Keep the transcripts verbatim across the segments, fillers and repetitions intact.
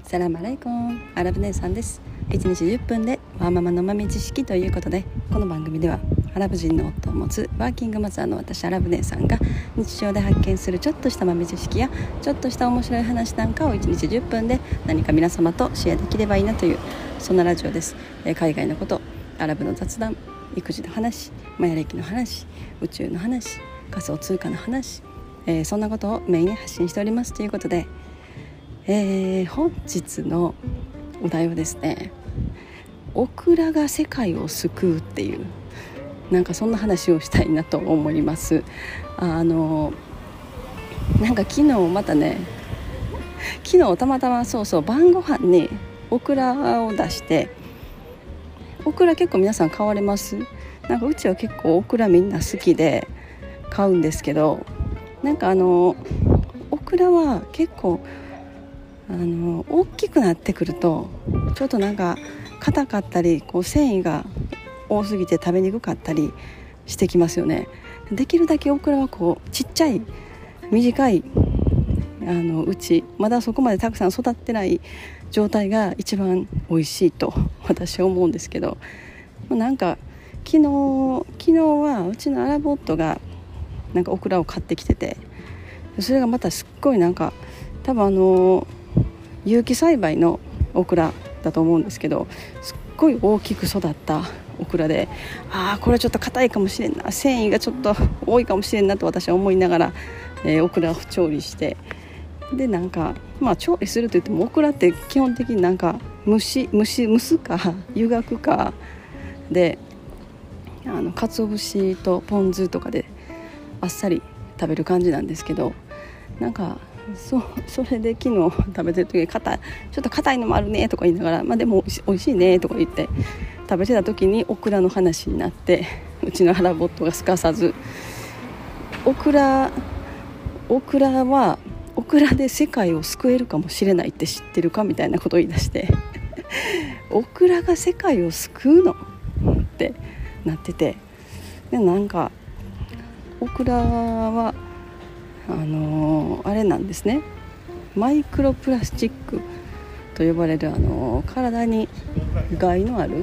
サラムアライコン、アラブ姉さんです。いちにちじゅっぷんでワーママの豆知識ということで、この番組ではアラブ人の夫を持つワーキングマザーの私アラブ姉さんが日常で発見するちょっとした豆知識やちょっとした面白い話なんかをいちにちじゅっぷんで何か皆様とシェアできればいいなという、そんなラジオです。えー、海外のこと、アラブの雑談、育児の話、マヤ歴の話、宇宙の話、仮想通貨の話、えー、そんなことをメインに発信しておりますということで、えー、本日のお題はですね、オクラが世界を救うっていう、なんかそんな話をしたいなと思います。あのなんか昨日またね昨日たまたまそうそう晩ご飯にオクラを出して、オクラ結構皆さん買われます？なんかうちは結構オクラみんな好きで買うんですけど、なんかあのオクラは結構あの大きくなってくるとちょっとなんか硬かったり、こう繊維が多すぎて食べにくかったりしてきますよね。できるだけオクラはこうちっちゃい短いあのうちまだそこまでたくさん育ってない状態が一番美味しいと私は思うんですけど、なんか昨日昨日はうちのアラボットがなんかオクラを買ってきてて、それがまたすっごいなんか多分あの有機栽培のオクラだと思うんですけど、すっごい大きく育ったオクラで、ああこれちょっと硬いかもしれんな、繊維がちょっと多いかもしれんなと私は思いながら、えー、オクラを調理して、でなんかまあ調理するといってもオクラって基本的になんか蒸し蒸し蒸すか湯がくかで、あの鰹節とポン酢とかであっさり食べる感じなんですけど、なんかそ, それで昨日食べてる時に硬いちょっと硬いのもあるねとか言いながら、まあ、でもおいしいねとか言って食べてた時にオクラの話になって、うちの腹ボットがすかさずオクラオクラはオクラで世界を救えるかもしれないって知ってるかみたいなことを言い出してオクラが世界を救うのってなってて、でなんかオクラはあのー、あれなんですね、マイクロプラスチックと呼ばれる、あのー、体に害のある、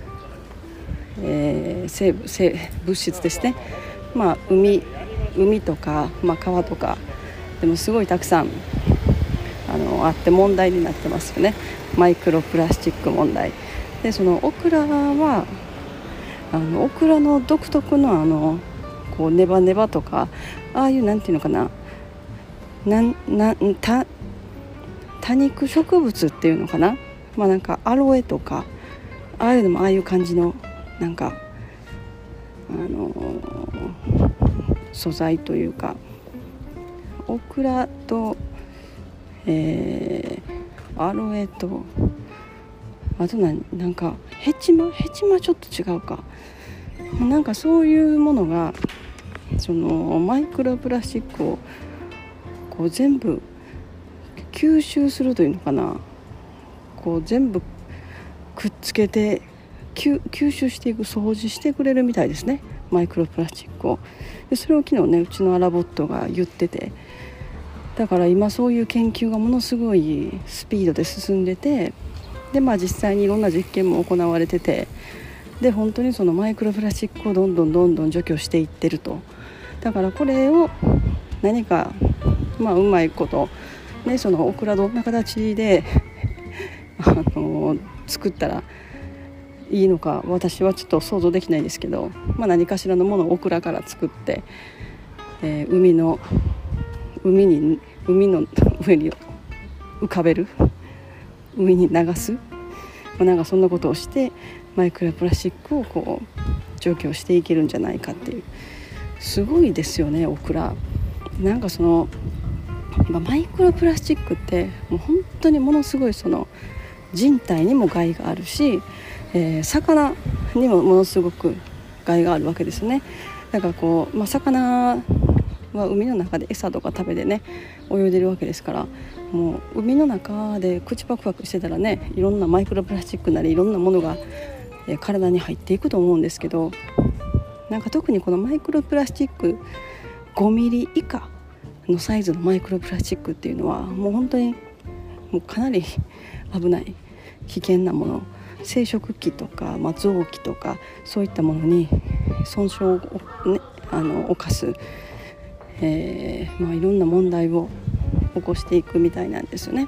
えー、生物生物質ですね。まあ、海, 海とか、まあ、川とかでもすごいたくさん、あのー、あって問題になってますよね、マイクロプラスチック問題で。そのオクラはあのオクラの独特のあのこうネバネバとか、ああいうなんていうのかな、なんなんた多肉植物っていうのかな、まあなんかアロエとかああいうのもああいう感じのなんかあのー、素材というか、オクラと、えー、アロエとあとななんかヘチマヘチマちょっと違うか、なんかそういうものがそのマイクロプラスチックをこう全部吸収するというのかな、こう全部くっつけて 吸, 吸収していく、掃除してくれるみたいですね、マイクロプラスチックを。でそれを昨日ねうちのアラボットが言ってて、だから今そういう研究がものすごいスピードで進んでて、でまあ実際にいろんな実験も行われてて、で本当にそのマイクロプラスチックをどんどんどんどん除去していってると。だからこれを何かまあうまいことね、そのオクラどんな形であの作ったらいいのか私はちょっと想像できないですけど、まあ、何かしらのものをオクラから作って、えー、海の海に海の上に浮かべる、海に流す、まあ、なんかそんなことをしてマイクロプラスチックをこう除去していけるんじゃないかっていう、すごいですよねオクラ。なんかそのマイクロプラスチックってもう本当にものすごいその人体にも害があるし、えー、魚にもものすごく害があるわけですね。だからこう、まあ、魚は海の中で餌とか食べてね泳いでるわけですから、もう海の中で口パクパクしてたらね、いろんなマイクロプラスチックなりいろんなものが、えー、体に入っていくと思うんですけど、なんか特にこのマイクロプラスチックごミリ以下のサイズのマイクロプラスチックっていうのはもう本当にもうかなり危ない危険なもの、生殖器とか、まあ、臓器とかそういったものに損傷を、ね、あの犯す、えーまあ、いろんな問題を起こしていくみたいなんですよね。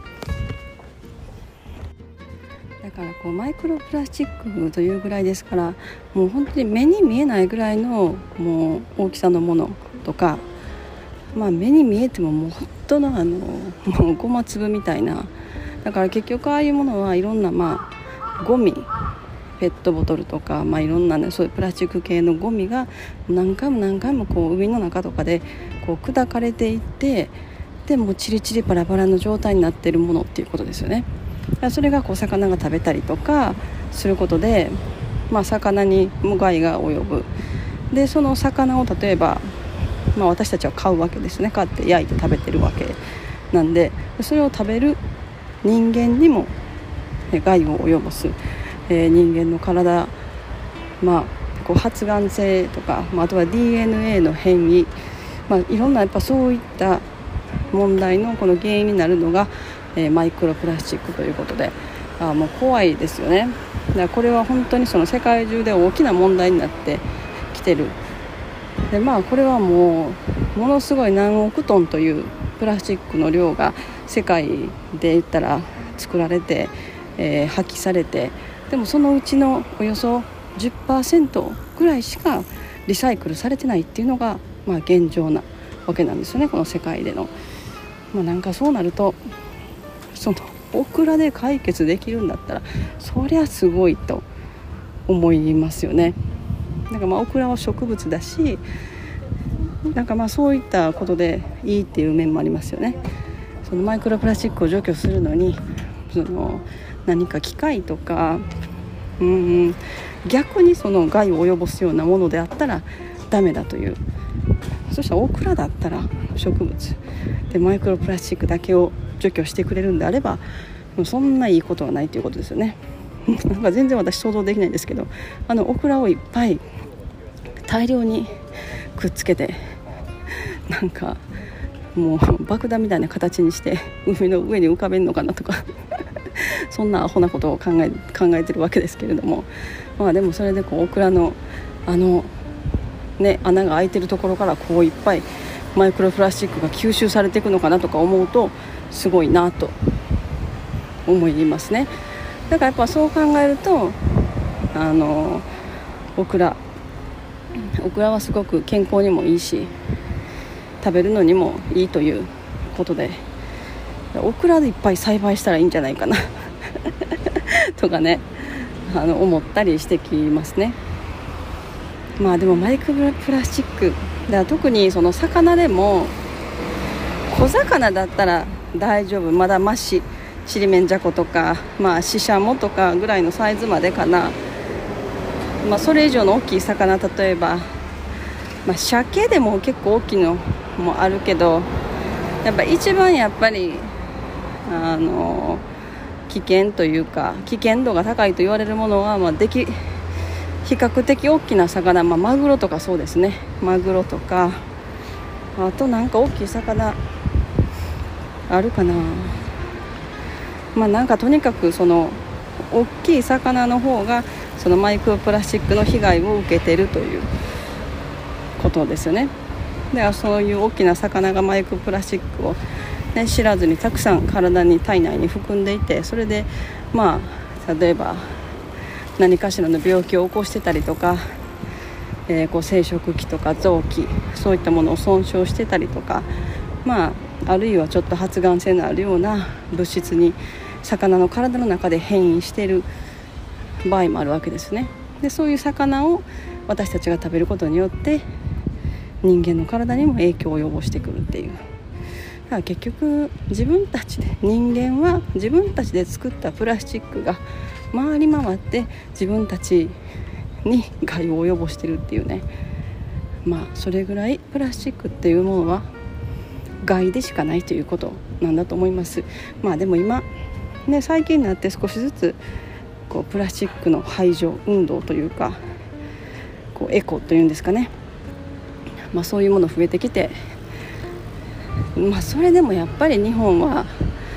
だからこうマイクロプラスチックというぐらいですから、もう本当に目に見えないぐらいのもう大きさのものとか、まあ、目に見えてももう本当のあのもうごま粒みたいな、だから結局ああいうものはいろんなまあゴミ、ペットボトルとか、まあ、いろんな、ね、そういうプラスチック系のゴミが何回も何回もこう海の中とかでこう砕かれていって、でもうチリチリパラパラの状態になっているものっていうことですよね。だからそれがこう魚が食べたりとかすることで、まあ、魚に無害が及ぶ。でその魚を例えば、まあ、私たちは買うわけですね。買って焼いて食べてるわけなんで、それを食べる人間にも害を及ぼす、えー、人間の体、まあ、こう発がん性とか、まあ、あとは ディーエヌエー の変異、まあ、いろんなやっぱそういった問題のこの原因になるのが、えー、マイクロプラスチックということで、あもう怖いですよね。だからこれは本当にその世界中で大きな問題になってきてる。でまあこれはもうものすごい何億トンというプラスチックの量が世界で言ったら作られて、えー、破棄されて、でもそのうちのおよそ じゅっパーセント ぐらいしかリサイクルされてないっていうのが、まあ、現状なわけなんですよね、この世界での。まあ、なんかそうなるとそのオクラで解決できるんだったらそりゃすごいと思いますよね。なんかまあオクラは植物だし、なんかまあそういったことでいいっていう面もありますよね。そのマイクロプラスチックを除去するのにその何か機械とか、うん、逆にその害を及ぼすようなものであったらダメだという。そしたらオクラだったら植物でマイクロプラスチックだけを除去してくれるんであれば、そんないいことはないということですよね。なんか全然私想像できないんですけど、あのオクラをいっぱい大量にくっつけて、なんかもう爆弾みたいな形にして海の上に浮かべるのかなとかそんなアホなことを考え、考えてるわけですけれども、まあでもそれでこうオクラのあのね穴が開いてるところからこういっぱいマイクロプラスチックが吸収されていくのかなとか思うとすごいなと思いますね。だからやっぱそう考えるとあのオクラオクラはすごく健康にもいいし食べるのにもいいということで、オクラでいっぱい栽培したらいいんじゃないかなとかね、あの思ったりしてきますね。まあでもマイクロプラスチックだから特にその魚でも小魚だったら大丈夫、まだマシ、ちりめんじゃことか、まあシシャモとかぐらいのサイズまでかな。まあ、それ以上の大きい魚、例えば、まあ、鮭でも結構大きいのもあるけど、やっぱ一番やっぱりあの危険というか危険度が高いと言われるものは、まあ、でき比較的大きな魚、まあ、マグロとかそうですね、マグロとか、あとなんか大きい魚あるかな。まあなんかとにかくその大きい魚の方がそのマイクロプラスチックの被害を受けているということですよね。でそういう大きな魚がマイクロプラスチックを、ね、知らずにたくさん体に体内に含んでいて、それでまあ例えば何かしらの病気を起こしてたりとか、えー、こう生殖器とか臓器そういったものを損傷してたりとか、まああるいはちょっと発がん性のあるような物質に魚の体の中で変異している場合もあるわけですね。でそういう魚を私たちが食べることによって人間の体にも影響を及ぼしてくるっていう。だから結局自分たちで人間は自分たちで作ったプラスチックが回り回って自分たちに害を及ぼしてるっていうね。まあそれぐらいプラスチックっていうものは害でしかないということなんだと思います。まあでも今ね最近になって少しずつこうプラスチックの排除運動というかこうエコというんですかね、まあ、そういうもの増えてきて、まあ、それでもやっぱり日本は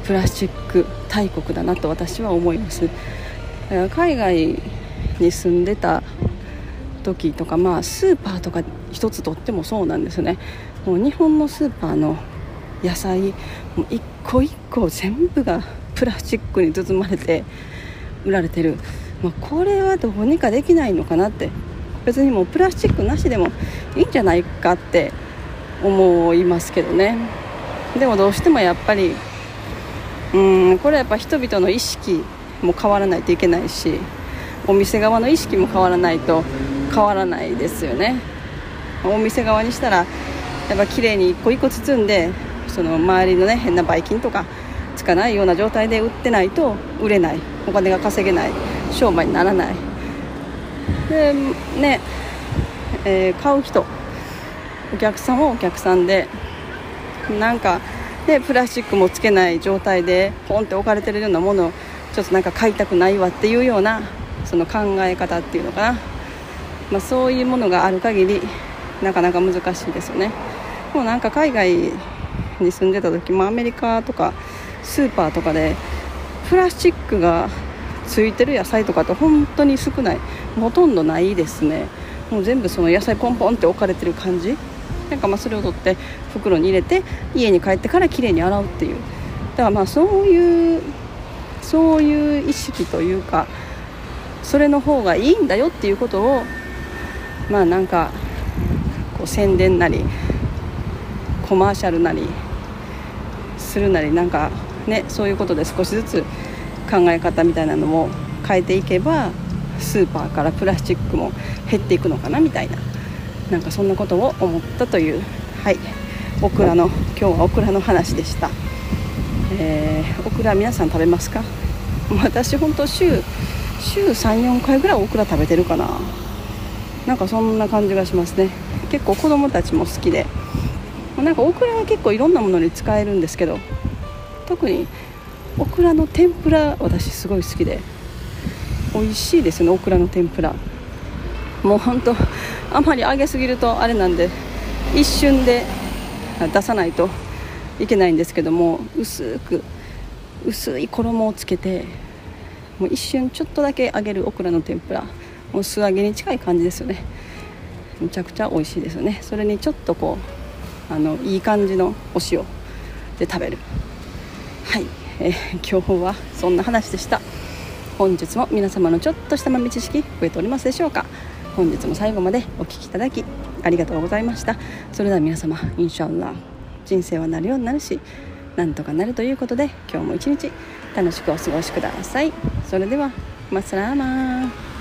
プラスチック大国だなと私は思います。海外に住んでた時とか、まあ、スーパーとか一つとってもそうなんですね。もう日本のスーパーの野菜もう一個一個全部がプラスチックに包まれて売られてる、まあ、これはどうにかできないのかなって。別にもうプラスチックなしでもいいんじゃないかって思いますけどね。でもどうしてもやっぱりうーんこれはやっぱ人々の意識も変わらないといけないし、お店側の意識も変わらないと変わらないですよね。お店側にしたらやっぱ綺麗に一個一個包んで、その周りのね変なばい菌とかつかないような状態で売ってないと売れない、お金が稼げない、商売にならないでね、えー、買う人、お客さんはお客さんでなんかでプラスチックもつけない状態でポンって置かれてるようなものをちょっとなんか買いたくないわっていうようなその考え方っていうのかな、まあ、そういうものがある限りなかなか難しいですよね。もうなんか海外に住んでた時もアメリカとかスーパーとかでプラスチックがついてる野菜とかって本当に少ない、ほとんどないですね。もう全部その野菜ポンポンって置かれてる感じ、なんかまあそれを取って袋に入れて家に帰ってからきれいに洗うっていう、だからまあそういうそういう意識というか、それの方がいいんだよっていうことをまあなんかこう宣伝なりコマーシャルなりするなり、なんかねそういうことで少しずつ考え方みたいなのも変えていけばスーパーからプラスチックも減っていくのかなみたいな、なんかそんなことを思ったという、はいオクラの今日はオクラの話でした。えー、オクラ皆さん食べますか？私本当週週 さん,よん 回ぐらいオクラ食べてるかな、なんかそんな感じがしますね。結構子供たちも好きで、なんかオクラは結構いろんなものに使えるんですけど、特にオクラの天ぷら私すごい好きで美味しいですね。オクラの天ぷらもう本当あまり揚げすぎるとあれなんで一瞬で出さないといけないんですけども、薄く薄い衣をつけてもう一瞬ちょっとだけ揚げるオクラの天ぷら、もう素揚げに近い感じですよね。めちゃくちゃ美味しいですよね。それにちょっとこうあのいい感じのお塩で食べる。はい、えー、今日はそんな話でした。本日も皆様のちょっとした豆知識増えておりますでしょうか。本日も最後までお聞きいただきありがとうございました。それでは皆様インシャアラー、人生はなるようになるしなんとかなるということで、今日も一日楽しくお過ごしください。それではマッサラーマー。